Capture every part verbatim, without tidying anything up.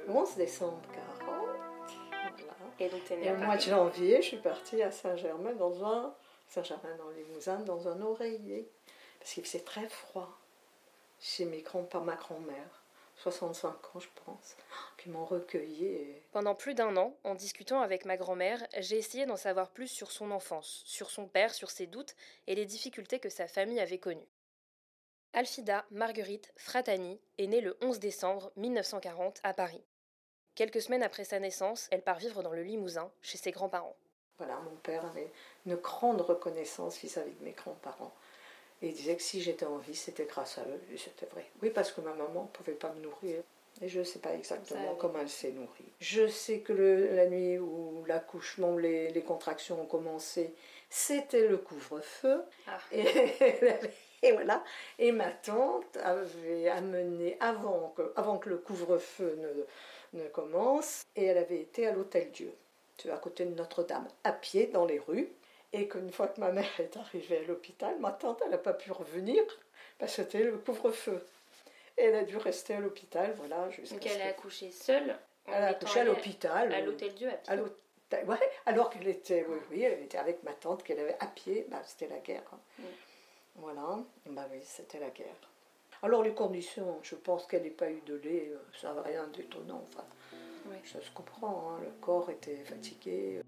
onze décembre quarante. Voilà. Et donc, t'es née Et à au Paris. mois de janvier, je suis partie à Saint-Germain, dans un, Saint-Germain dans les Limousin, dans un oreiller. Parce qu'il faisait très froid chez mes grands, par ma grand-mère, soixante-cinq ans je pense, qui m'ont recueillie. Et... Pendant plus d'un an, en discutant avec ma grand-mère, j'ai essayé d'en savoir plus sur son enfance, sur son père, sur ses doutes et les difficultés que sa famille avait connues. Alfida Marguerite Fratani est née le onze décembre mille neuf cent quarante à Paris. Quelques semaines après sa naissance, elle part vivre dans le Limousin, chez ses grands-parents. Voilà, mon père avait une grande reconnaissance vis-à-vis de mes grands-parents. Et il disait que si j'étais en vie, c'était grâce à eux, et c'était vrai. Oui, parce que ma maman ne pouvait pas me nourrir. Et je ne sais pas exactement comment elle s'est nourrie. Je sais que le, la nuit où l'accouchement, les, les contractions ont commencé, c'était le couvre-feu. Ah. Et, et voilà. Et ma tante avait amené, avant que, avant que le couvre-feu ne, ne commence, et elle avait été à l'Hôtel-Dieu, à côté de Notre-Dame, à pied dans les rues. Et qu'une fois que ma mère est arrivée à l'hôpital, ma tante, elle n'a pas pu revenir parce que c'était le couvre-feu. Et elle a dû rester à l'hôpital, voilà. Donc elle a accouché seule. Elle a accouché à l'hôpital. À l'Hôtel-Dieu, à pied. À l'hôtel, ouais, alors qu'elle était, oui, oui, elle était avec ma tante qu'elle avait à pied. Bah, c'était la guerre. Hein. Mm. Voilà. Bah oui, c'était la guerre. Alors les conditions, je pense qu'elle n'ait pas eu de lait, ça n'a rien d'étonnant. Enfin, oui. Ça se comprend. Hein. Le corps était fatigué.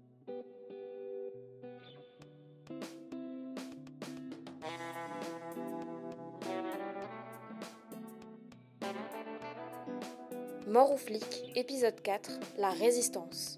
Mort ou flic, épisode quatre, la résistance.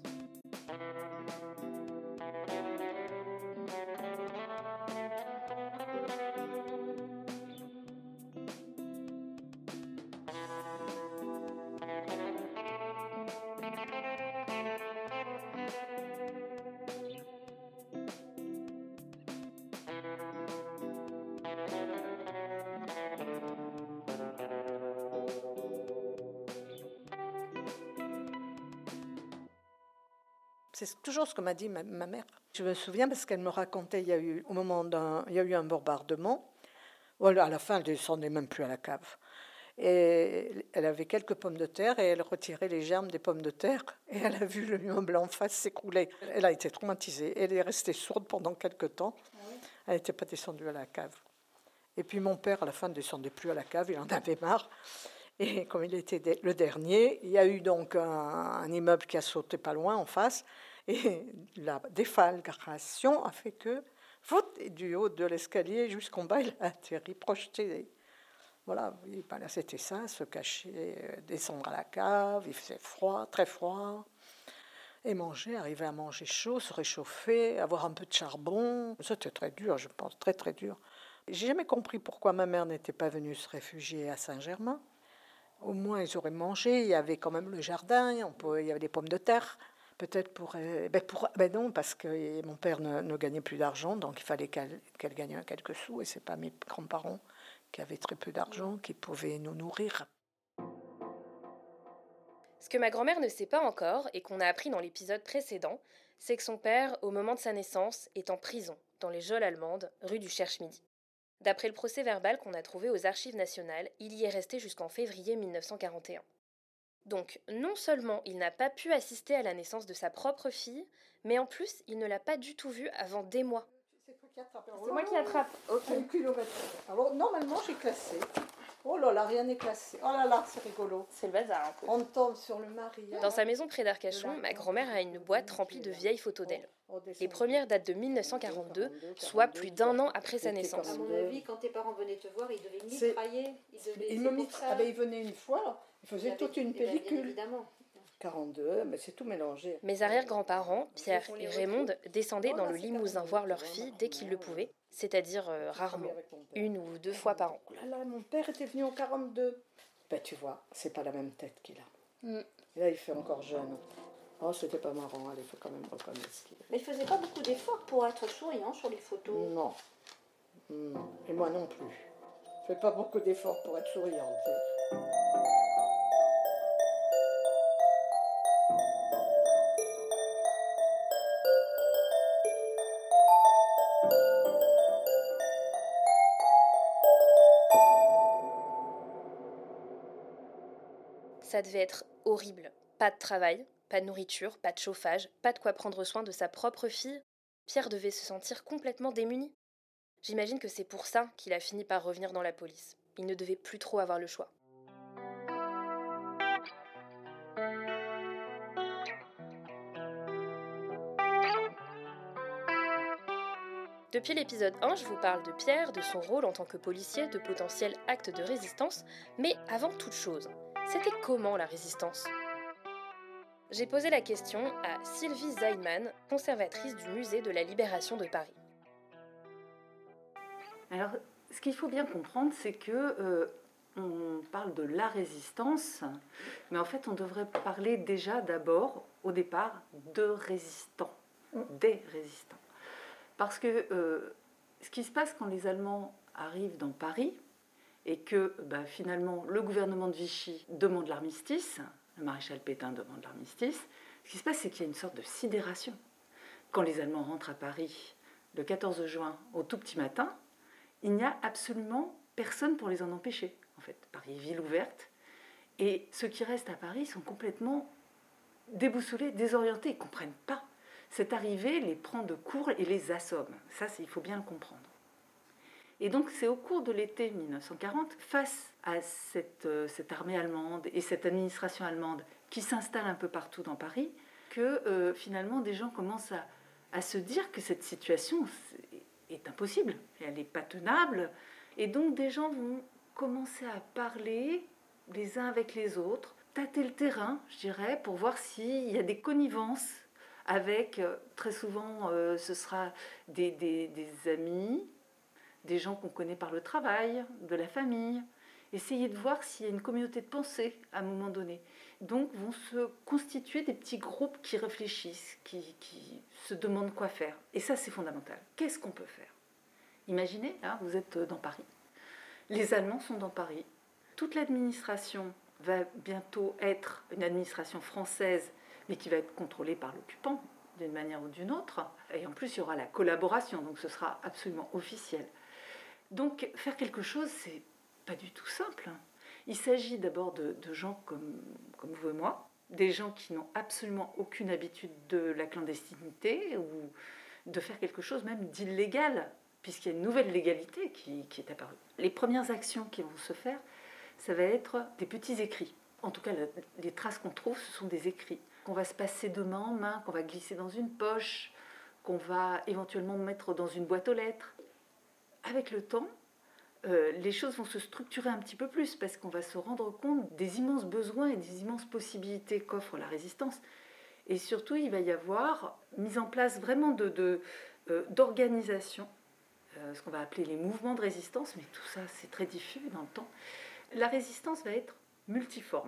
C'est toujours ce que m'a dit ma, ma mère. Je me souviens parce qu'elle me racontait, il y a eu, au moment d'un, il y a eu un bombardement, à la fin elle ne descendait même plus à la cave. Et elle avait quelques pommes de terre et elle retirait les germes des pommes de terre et elle a vu le meuble en face s'écrouler. Elle a été traumatisée. Elle est restée sourde pendant quelques temps. Ah oui. Elle n'était pas descendue à la cave. Et puis mon père, à la fin, ne descendait plus à la cave, il en avait marre. Et comme il était le dernier, il y a eu donc un, un immeuble qui a sauté pas loin en face. Et la déflagration a fait que, foot, du haut de l'escalier jusqu'en bas, il a atterri, projeté. Voilà, ben c'était ça, se cacher, descendre à la cave, il faisait froid, très froid. Et manger, arriver à manger chaud, se réchauffer, avoir un peu de charbon. C'était très dur, je pense, très très dur. J'ai jamais compris pourquoi ma mère n'était pas venue se réfugier à Saint-Germain. Au moins, ils auraient mangé. Il y avait quand même le jardin. On pouvait, il y avait des pommes de terre. Peut-être pour... Ben, pour ben non, parce que mon père ne, ne gagnait plus d'argent. Donc, il fallait qu'elle, qu'elle gagne quelques sous. Et ce n'est pas mes grands-parents qui avaient très peu d'argent, qui pouvaient nous nourrir. Ce que ma grand-mère ne sait pas encore, et qu'on a appris dans l'épisode précédent, c'est que son père, au moment de sa naissance, est en prison, dans les geôles allemandes, rue du Cherche-Midi. D'après le procès-verbal qu'on a trouvé aux Archives nationales, il y est resté jusqu'en février mille neuf cent quarante et un. Donc, non seulement il n'a pas pu assister à la naissance de sa propre fille, mais en plus, il ne l'a pas du tout vue avant des mois. C'est toi qui attrape. C'est moi qui attrape. Ok. Un kilomètre. Alors, normalement, j'ai classé. Oh là là, rien n'est classé. Oh là là, c'est rigolo. C'est le bazar un peu. On tombe sur le mari. Dans sa maison près d'Arcachon, ma grand-mère a une boîte remplie de vieilles photos d'elle. Les premières datent de mille neuf cent quarante-deux, soit plus d'un an après sa naissance. À mon avis, quand tes parents venaient te voir, ils devaient mitrailler. Ils, devaient, ils me mitraillent. Ah ben, ils venaient une fois, ils faisaient avait, toute une pellicule. Évidemment. quarante-deux, mais c'est tout mélangé. Mes arrière-grands-parents, Pierre et Raymond, descendaient dans le Limousin voir leur fille dès qu'ils le pouvaient, c'est-à-dire euh, rarement, une ou deux fois par an. Oh là là, mon père était venu en quarante-deux. Ben tu vois, c'est pas la même tête qu'il a. Mm. Et là, il fait encore jeune. Oh, c'était pas marrant, il faut quand même reconnaître ce qu'il a. Mais il faisait pas beaucoup d'efforts pour être souriant sur les photos. Non. non. Et moi non plus. Je fais pas beaucoup d'efforts pour être souriante. Ça devait être horrible. Pas de travail, pas de nourriture, pas de chauffage, pas de quoi prendre soin de sa propre fille. Pierre devait se sentir complètement démuni. J'imagine que c'est pour ça qu'il a fini par revenir dans la police. Il ne devait plus trop avoir le choix. Depuis l'épisode un, je vous parle de Pierre, de son rôle en tant que policier, de potentiels actes de résistance, mais avant toute chose, c'était comment la résistance ? J'ai posé la question à Sylvie Zeidman, conservatrice du musée de la Libération de Paris. Alors, ce qu'il faut bien comprendre, c'est que euh, on parle de la résistance, mais en fait, on devrait parler déjà d'abord, au départ, de résistants, des résistants. Parce que euh, ce qui se passe quand les Allemands arrivent dans Paris et que bah, finalement le gouvernement de Vichy demande l'armistice, le maréchal Pétain demande l'armistice, ce qui se passe c'est qu'il y a une sorte de sidération. Quand les Allemands rentrent à Paris le quatorze juin au tout petit matin, il n'y a absolument personne pour les en empêcher. En fait, Paris est ville ouverte et ceux qui restent à Paris sont complètement déboussolés, désorientés, ils ne comprennent pas. Cette arrivée les prend de court et les assomme. Ça, il faut bien le comprendre. Et donc, c'est au cours de l'été dix-neuf cent quarante, face à cette, euh, cette armée allemande et cette administration allemande qui s'installe un peu partout dans Paris, que euh, finalement, des gens commencent à, à se dire que cette situation est, est impossible, elle n'est pas tenable. Et donc, des gens vont commencer à parler les uns avec les autres, tâter le terrain, je dirais, pour voir s'il y a des connivences avec, très souvent, euh, ce sera des, des, des amis, des gens qu'on connaît par le travail, de la famille. Essayer de voir s'il y a une communauté de pensée à un moment donné. Donc vont se constituer des petits groupes qui réfléchissent, qui, qui se demandent quoi faire. Et ça, c'est fondamental. Qu'est-ce qu'on peut faire ? Imaginez, hein, vous êtes dans Paris. Les Allemands sont dans Paris. Toute l'administration va bientôt être une administration française, mais qui va être contrôlée par l'occupant, d'une manière ou d'une autre. Et en plus, il y aura la collaboration, donc ce sera absolument officiel. Donc, faire quelque chose, c'est pas du tout simple. Il s'agit d'abord de, de gens comme, comme vous et moi, des gens qui n'ont absolument aucune habitude de la clandestinité ou de faire quelque chose même d'illégal, puisqu'il y a une nouvelle légalité qui, qui est apparue. Les premières actions qui vont se faire, ça va être des petits écrits. En tout cas, les traces qu'on trouve, ce sont des écrits qu'on va se passer de main en main, qu'on va glisser dans une poche, qu'on va éventuellement mettre dans une boîte aux lettres. Avec le temps, euh, les choses vont se structurer un petit peu plus parce qu'on va se rendre compte des immenses besoins et des immenses possibilités qu'offre la résistance. Et surtout, il va y avoir mise en place vraiment de, de, euh, d'organisation, euh, ce qu'on va appeler les mouvements de résistance, mais tout ça, c'est très diffus dans le temps. La résistance va être multiforme.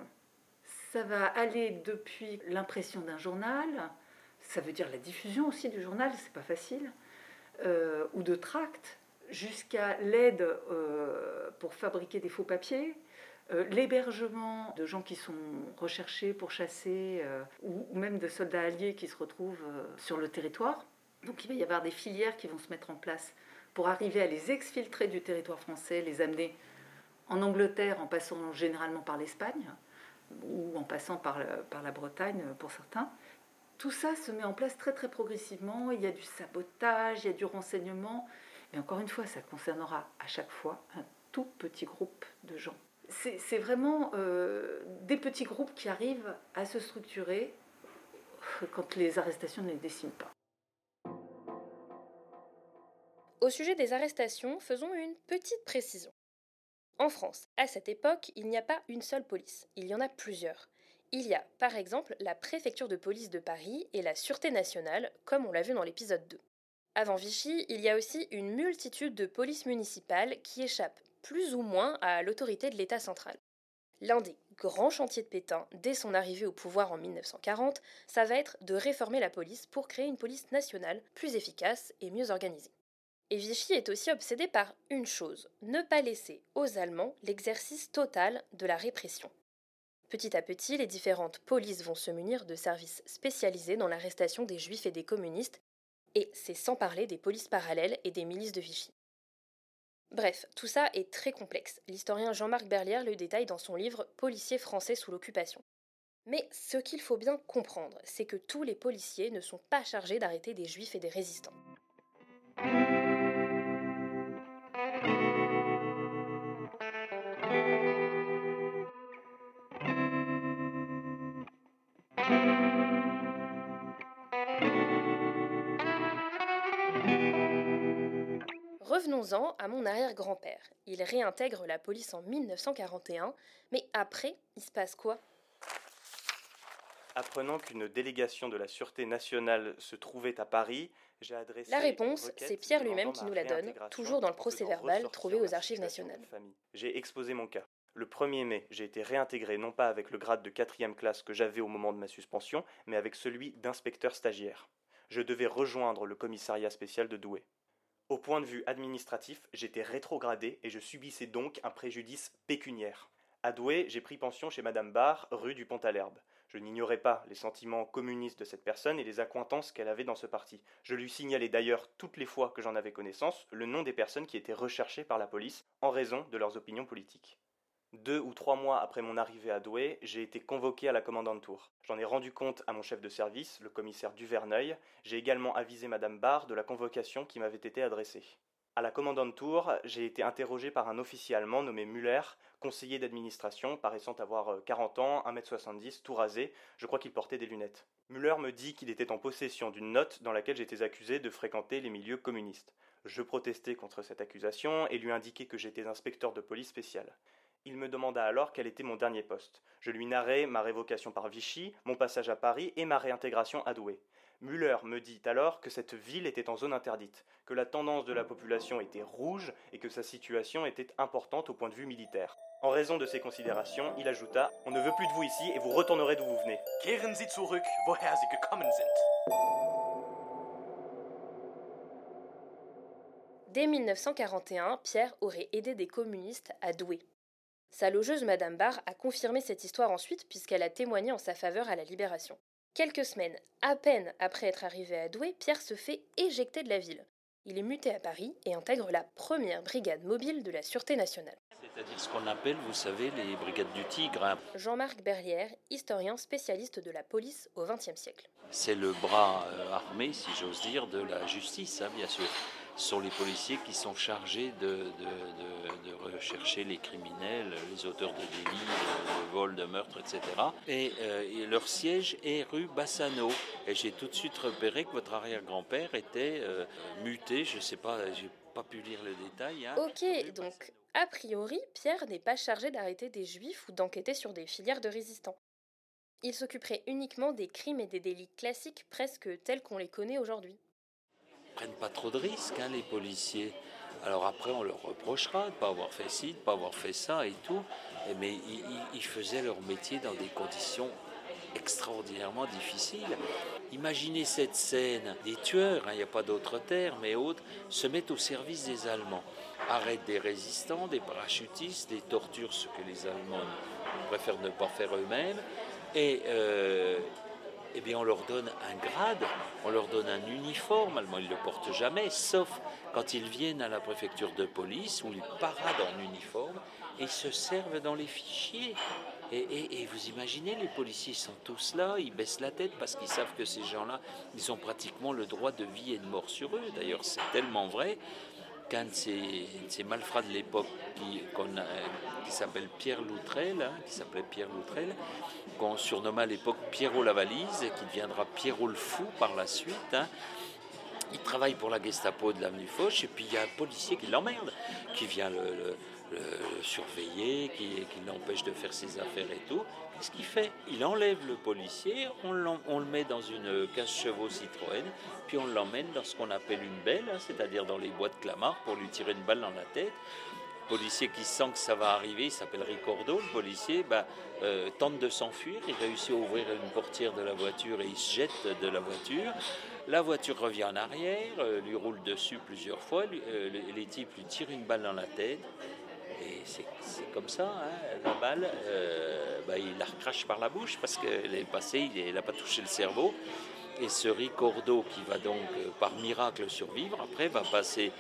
Ça va aller depuis l'impression d'un journal, ça veut dire la diffusion aussi du journal, c'est pas facile, euh, ou de tracts, jusqu'à l'aide euh, pour fabriquer des faux papiers, euh, l'hébergement de gens qui sont recherchés pour chasser, euh, ou, ou même de soldats alliés qui se retrouvent euh, sur le territoire. Donc il va y avoir des filières qui vont se mettre en place pour arriver à les exfiltrer du territoire français, les amener en Angleterre en passant généralement par l'Espagne, ou en passant par, par la Bretagne pour certains. Tout ça se met en place très très progressivement. Il y a du sabotage, il y a du renseignement. Et encore une fois, ça concernera à chaque fois un tout petit groupe de gens. C'est, c'est vraiment euh, des petits groupes qui arrivent à se structurer quand les arrestations ne les déciment pas. Au sujet des arrestations, faisons une petite précision. En France, à cette époque, il n'y a pas une seule police, il y en a plusieurs. Il y a, par exemple, la préfecture de police de Paris et la Sûreté nationale, comme on l'a vu dans l'épisode deux. Avant Vichy, il y a aussi une multitude de polices municipales qui échappent plus ou moins à l'autorité de l'État central. L'un des grands chantiers de Pétain, dès son arrivée au pouvoir en dix-neuf cent quarante, ça va être de réformer la police pour créer une police nationale plus efficace et mieux organisée. Et Vichy est aussi obsédé par une chose, ne pas laisser aux Allemands l'exercice total de la répression. Petit à petit, les différentes polices vont se munir de services spécialisés dans l'arrestation des juifs et des communistes, et c'est sans parler des polices parallèles et des milices de Vichy. Bref, tout ça est très complexe. L'historien Jean-Marc Berlière le détaille dans son livre « Policiers français sous l'occupation ». Mais ce qu'il faut bien comprendre, c'est que tous les policiers ne sont pas chargés d'arrêter des juifs et des résistants. Revenons-en à mon arrière-grand-père. Il réintègre la police en mille neuf cent quarante et un, mais après, il se passe quoi ? Apprenant qu'une délégation de la Sûreté nationale se trouvait à Paris, j'ai adressé La réponse, une requête c'est Pierre demandant lui-même qui ma nous la donne, réintégration toujours dans le en faisant procès-verbal ressortir trouvé ma aux Archives situation de nationales. famille. J'ai exposé mon cas. Le premier mai, j'ai été réintégré non pas avec le grade de quatrième classe que j'avais au moment de ma suspension, mais avec celui d'inspecteur stagiaire. Je devais rejoindre le commissariat spécial de Douai. Au point de vue administratif, j'étais rétrogradé et je subissais donc un préjudice pécuniaire. À Douai, j'ai pris pension chez Madame Barre, rue du Pont-à-l'Herbe. Je n'ignorais pas les sentiments communistes de cette personne et les accointances qu'elle avait dans ce parti. Je lui signalais d'ailleurs toutes les fois que j'en avais connaissance le nom des personnes qui étaient recherchées par la police en raison de leurs opinions politiques. Deux ou trois mois après mon arrivée à Douai, j'ai été convoqué à la commandanture. J'en ai rendu compte à mon chef de service, le commissaire Duverneuil. J'ai également avisé Madame Barre de la convocation qui m'avait été adressée. À la commandanture, j'ai été interrogé par un officier allemand nommé Müller, conseiller d'administration, paraissant avoir quarante ans, un mètre soixante-dix, tout rasé. Je crois qu'il portait des lunettes. Müller me dit qu'il était en possession d'une note dans laquelle j'étais accusé de fréquenter les milieux communistes. Je protestai contre cette accusation et lui indiquai que j'étais inspecteur de police spécial. Il me demanda alors quel était mon dernier poste. Je lui narrai ma révocation par Vichy, mon passage à Paris et ma réintégration à Douai. Müller me dit alors que cette ville était en zone interdite, que la tendance de la population était rouge et que sa situation était importante au point de vue militaire. En raison de ces considérations, il ajouta « On ne veut plus de vous ici et vous retournerez d'où vous venez. Kehren Sie zurück, woher Sie gekommen sind. » Dès mille neuf cent quarante et un, Pierre aurait aidé des communistes à Douai. Sa logeuse Madame Barre a confirmé cette histoire ensuite puisqu'elle a témoigné en sa faveur à la Libération. Quelques semaines, à peine après être arrivé à Douai, Pierre se fait éjecter de la ville. Il est muté à Paris et intègre la première brigade mobile de la Sûreté nationale. C'est-à-dire ce qu'on appelle, vous savez, les brigades du Tigre. Jean-Marc Berlière, historien spécialiste de la police au vingtième siècle. C'est le bras euh, armé, si j'ose dire, de la justice, hein, bien sûr. Ce sont les policiers qui sont chargés de, de, de, de rechercher les criminels, les auteurs de délits, de, de vols, de meurtres, et cetera. Et, euh, et leur siège est rue Bassano. Et j'ai tout de suite repéré que votre arrière-grand-père était euh, muté, je ne sais pas, j'ai pas pu lire le détail. Hein, ok, donc a priori, Pierre n'est pas chargé d'arrêter des juifs ou d'enquêter sur des filières de résistants. Il s'occuperait uniquement des crimes et des délits classiques presque tels qu'on les connaît aujourd'hui. Ils ne prennent pas trop de risques, hein, les policiers. Alors après, on leur reprochera de ne pas avoir fait ci, de ne pas avoir fait ça et tout. Mais ils, ils faisaient leur métier dans des conditions extraordinairement difficiles. Imaginez cette scène, des tueurs, il hein, n'y a pas d'autre terme, mais autres, se mettent au service des Allemands. Arrêtent des résistants, des parachutistes, des tortures, ce que les Allemands préfèrent ne pas faire eux-mêmes. Et... Euh, Eh bien, on leur donne un grade, on leur donne un uniforme. Allemand, ils ne le portent jamais, sauf quand ils viennent à la préfecture de police où ils paradent en uniforme et ils se servent dans les fichiers. Et, et, et vous imaginez, les policiers sont tous là, ils baissent la tête parce qu'ils savent que ces gens-là, ils ont pratiquement le droit de vie et de mort sur eux. D'ailleurs, c'est tellement vrai qu'un de ces, de ces malfrats de l'époque qui, qu'on a, qui s'appelle Pierre Loutrel, hein, qui s'appelait Pierre Loutrel, qu'on surnomma à l'époque Pierrot la valise, et qui deviendra Pierrot le fou par la suite. Hein. Il travaille pour la Gestapo de l'avenue Foch, et puis il y a un policier qui l'emmerde, qui vient le, le, le, le surveiller, qui, qui l'empêche de faire ses affaires et tout. Qu'est-ce qu'il fait ? Il enlève le policier, on, on le met dans une quinze chevaux Citroën, puis on l'emmène dans ce qu'on appelle une belle, hein, c'est-à-dire dans les bois de Clamart, pour lui tirer une balle dans la tête. Le policier qui sent que ça va arriver, il s'appelle Ricordo, le policier, bah, euh, tente de s'enfuir, il réussit à ouvrir une portière de la voiture et il se jette de la voiture. La voiture revient en arrière, euh, lui roule dessus plusieurs fois, lui, euh, les, les types lui tirent une balle dans la tête. Et c'est, c'est comme ça, hein, la balle, euh, bah, il la recrache par la bouche parce qu'elle est passée, il n'a pas touché le cerveau. Et ce Ricordo qui va donc, euh, par miracle, survivre, après va passer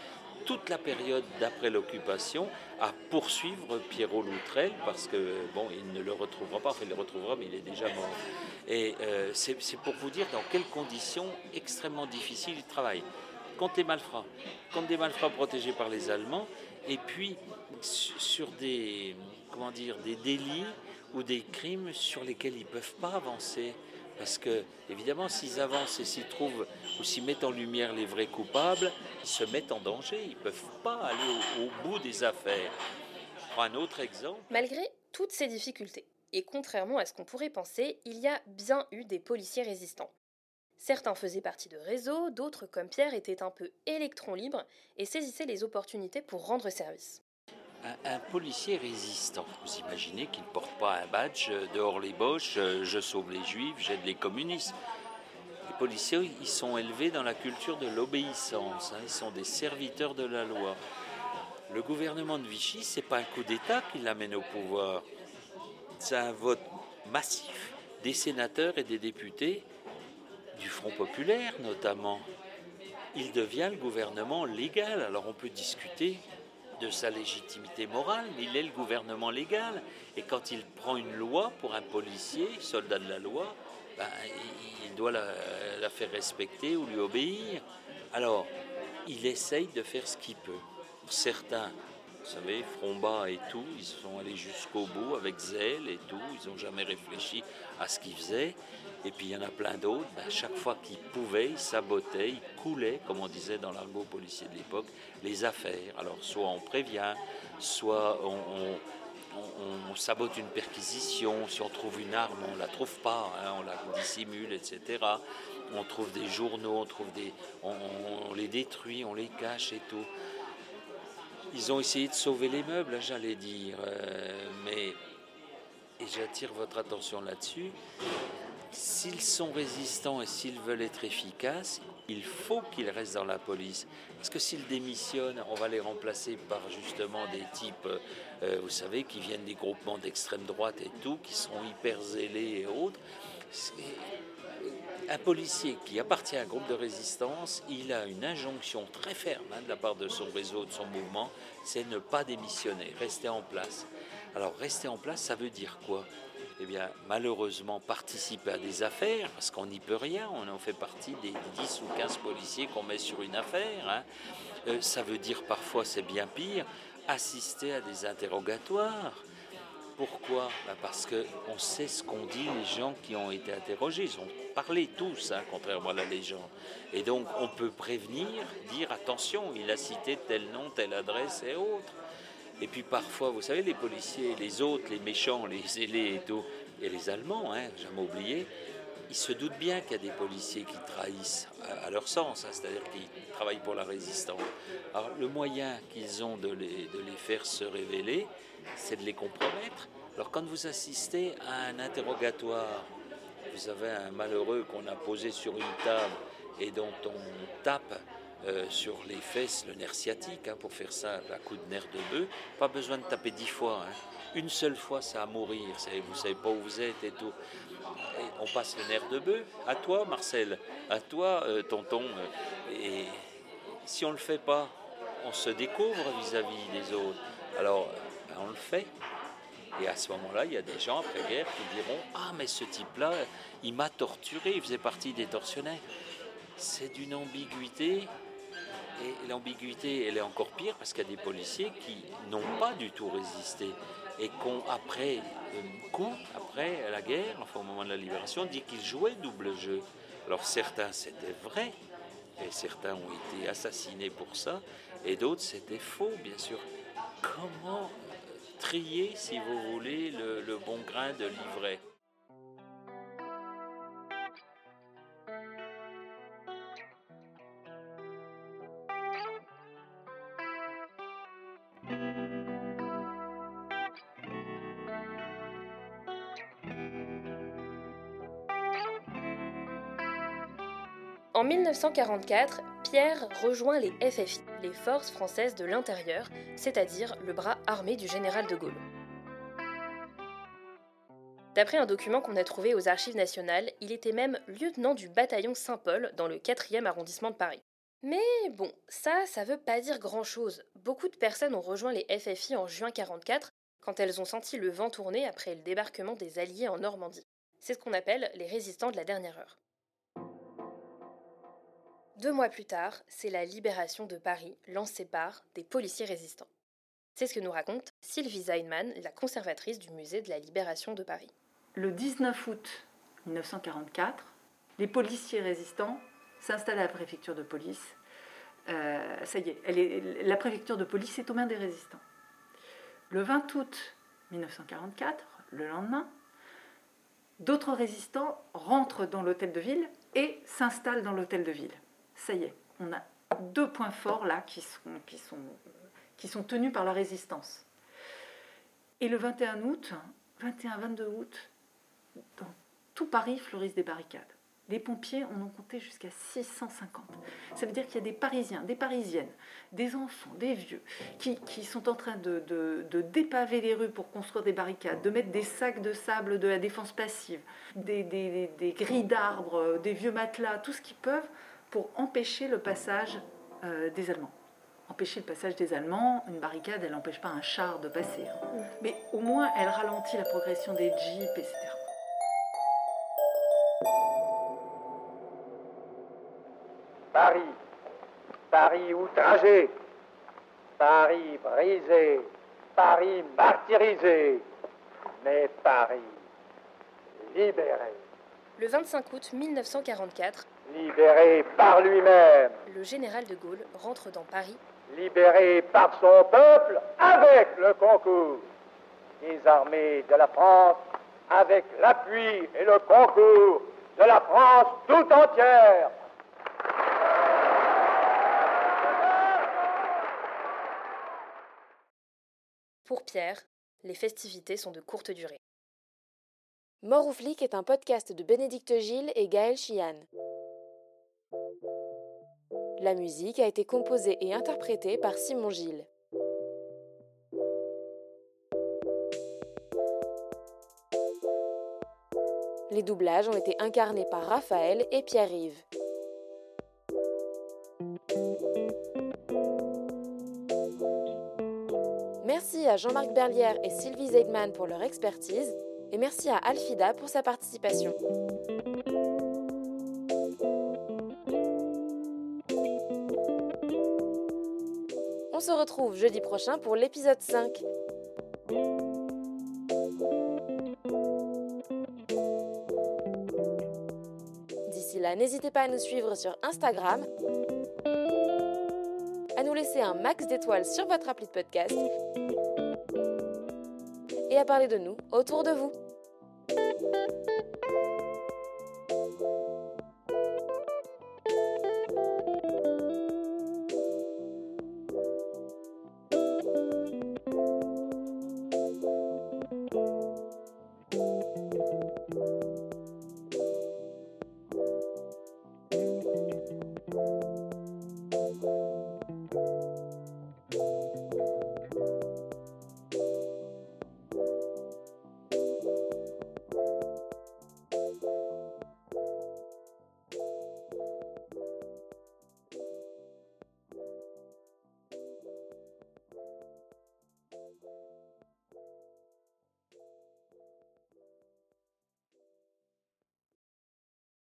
toute la période d'après l'occupation à poursuivre Pierrot Loutrel parce que, bon, il ne le retrouvera pas, enfin il le retrouvera, mais il est déjà mort. Et euh, c'est, c'est pour vous dire dans quelles conditions extrêmement difficiles il travaille. Contre les malfrats, contre des malfrats protégés par les Allemands, et puis sur des, comment dire, des délits ou des crimes sur lesquels ils ne peuvent pas avancer. Parce que, évidemment, s'ils avancent et s'ils trouvent ou s'ils mettent en lumière les vrais coupables, ils se mettent en danger. Ils ne peuvent pas aller au, au bout des affaires. Je prends un autre exemple. Malgré toutes ces difficultés, et contrairement à ce qu'on pourrait penser, il y a bien eu des policiers résistants. Certains faisaient partie de réseaux, d'autres, comme Pierre, étaient un peu électrons libres et saisissaient les opportunités pour rendre service. Un, un policier résistant, vous imaginez qu'il ne porte pas un badge, dehors les boches, je sauve les juifs, j'aide les communistes. Les policiers, ils sont élevés dans la culture de l'obéissance, hein, ils sont des serviteurs de la loi. Le gouvernement de Vichy, ce n'est pas un coup d'État qui l'amène au pouvoir, c'est un vote massif des sénateurs et des députés, du Front populaire notamment. Il devient le gouvernement légal, alors on peut discuter de sa légitimité morale, mais il est le gouvernement légal. Et quand il prend une loi pour un policier, soldat de la loi, ben, il doit la, la faire respecter ou lui obéir. Alors, il essaye de faire ce qu'il peut. Certains, vous savez, front bas et tout, ils sont allés jusqu'au bout avec zèle et tout, ils n'ont jamais réfléchi à ce qu'ils faisaient. Et puis il y en a plein d'autres, ben, chaque fois qu'ils pouvaient, ils sabotaient, ils coulaient, comme on disait dans l'argot policier de l'époque, les affaires. Alors soit on prévient, soit on, on, on, on sabote une perquisition, si on trouve une arme, on ne la trouve pas, hein, on la dissimule, et cetera. On trouve des journaux, on, trouve des, on, on les détruit, on les cache et tout. Ils ont essayé de sauver les meubles, j'allais dire, euh, mais, et j'attire votre attention là-dessus, s'ils sont résistants et s'ils veulent être efficaces, il faut qu'ils restent dans la police. Parce que s'ils démissionnent, on va les remplacer par justement des types, euh, vous savez, qui viennent des groupements d'extrême droite et tout, qui sont hyper zélés et autres. C'est... Un policier qui appartient à un groupe de résistance, il a une injonction très ferme hein, de la part de son réseau, de son mouvement, c'est ne pas démissionner, rester en place. Alors rester en place, ça veut dire quoi ? Eh bien, malheureusement, participer à des affaires, parce qu'on n'y peut rien, on en fait partie des dix ou quinze policiers qu'on met sur une affaire. Hein. Euh, ça veut dire parfois, c'est bien pire, assister à des interrogatoires. Pourquoi ? Ben parce qu'on sait ce qu'ont dit les gens qui ont été interrogés. Ils ont parlé tous, hein, contrairement à la légende. Et donc, on peut prévenir, dire attention, il a cité tel nom, telle adresse et autres. Et puis parfois, vous savez, les policiers, les autres, les méchants, les zélés et tout, et les Allemands, hein, jamais oublié, ils se doutent bien qu'il y a des policiers qui trahissent à, à leur sens, hein, c'est-à-dire qu'ils travaillent pour la résistance. Alors, le moyen qu'ils ont de les, de les faire se révéler, c'est de les compromettre. Alors quand vous assistez à un interrogatoire, vous avez un malheureux qu'on a posé sur une table et dont on tape euh, sur les fesses le nerf sciatique, hein, pour faire ça à coup de nerf de bœuf, pas besoin de taper dix fois. Hein. Une seule fois, ça à mourir, vous ne savez pas où vous êtes et tout. Et on passe le nerf de bœuf. À toi, Marcel, à toi, euh, tonton. Et si on ne le fait pas, on se découvre vis-à-vis des autres. Alors, on le fait. Et à ce moment-là, il y a des gens après-guerre qui diront « Ah, mais ce type-là, il m'a torturé, il faisait partie des tortionnaires. » C'est d'une ambiguïté. Et l'ambiguïté, elle est encore pire parce qu'il y a des policiers qui n'ont pas du tout résisté et qu'on, après un coup, après la guerre, enfin au moment de la libération, dit qu'ils jouaient double jeu. Alors certains, c'était vrai, et certains ont été assassinés pour ça, et d'autres, c'était faux, bien sûr. Comment trier, si vous voulez, le, le bon grain de l'ivraie ? En mille neuf cent quarante-quatre, Pierre rejoint les F F I, les Forces françaises de l'intérieur, c'est-à-dire le bras armé du général de Gaulle. D'après un document qu'on a trouvé aux Archives nationales, il était même lieutenant du bataillon Saint-Paul dans le quatrième arrondissement de Paris. Mais bon, ça, ça veut pas dire grand-chose. Beaucoup de personnes ont rejoint les F F I en juin quarante-quatre, quand elles ont senti le vent tourner après le débarquement des Alliés en Normandie. C'est ce qu'on appelle les résistants de la dernière heure. Deux mois plus tard, c'est la libération de Paris, lancée par des policiers résistants. C'est ce que nous raconte Sylvie Zeinemann, la conservatrice du musée de la Libération de Paris. Le dix-neuf août mille neuf cent quarante-quatre, les policiers résistants s'installent à la préfecture de police. Euh, ça y est, elle est, la préfecture de police est aux mains des résistants. Le vingt août mille neuf cent quarante-quatre, le lendemain, d'autres résistants rentrent dans l'hôtel de ville et s'installent dans l'hôtel de ville. Ça y est, on a deux points forts là qui sont, qui sont, qui sont tenus par la résistance. Et le vingt et un août, vingt et un vingt-deux août, dans tout Paris fleurissent des barricades. Les pompiers en ont compté jusqu'à six cent cinquante. Ça veut dire qu'il y a des Parisiens, des Parisiennes, des enfants, des vieux, qui, qui sont en train de, de, de dépaver les rues pour construire des barricades, de mettre des sacs de sable de la défense passive, des, des, des, des grilles d'arbres, des vieux matelas, tout ce qu'ils peuvent pour empêcher le passage euh, des Allemands. Empêcher le passage des Allemands, une barricade, elle n'empêche pas un char de passer. Hein. Mais au moins, elle ralentit la progression des jeeps, et cetera. Paris, Paris outragé, Paris brisé, Paris martyrisé, mais Paris libéré. Le vingt-cinq août mille neuf cent quarante-quatre, Libéré par lui-même, le général de Gaulle rentre dans Paris. Libéré par son peuple avec le concours des armées de la France, avec l'appui et le concours de la France tout entière. Pour Pierre, les festivités sont de courte durée. Mort ou flic est un podcast de Bénédicte Gilles et Gaël Chian. La musique a été composée et interprétée par Simon Gilles. Les doublages ont été incarnés par Raphaël et Pierre-Yves. Merci à Jean-Marc Berlière et Sylvie Zeinemann pour leur expertise et merci à Alfida pour sa participation. On se retrouve jeudi prochain pour l'épisode cinq. D'ici là, n'hésitez pas à nous suivre sur Instagram, à nous laisser un max d'étoiles sur votre appli de podcast et à parler de nous autour de vous.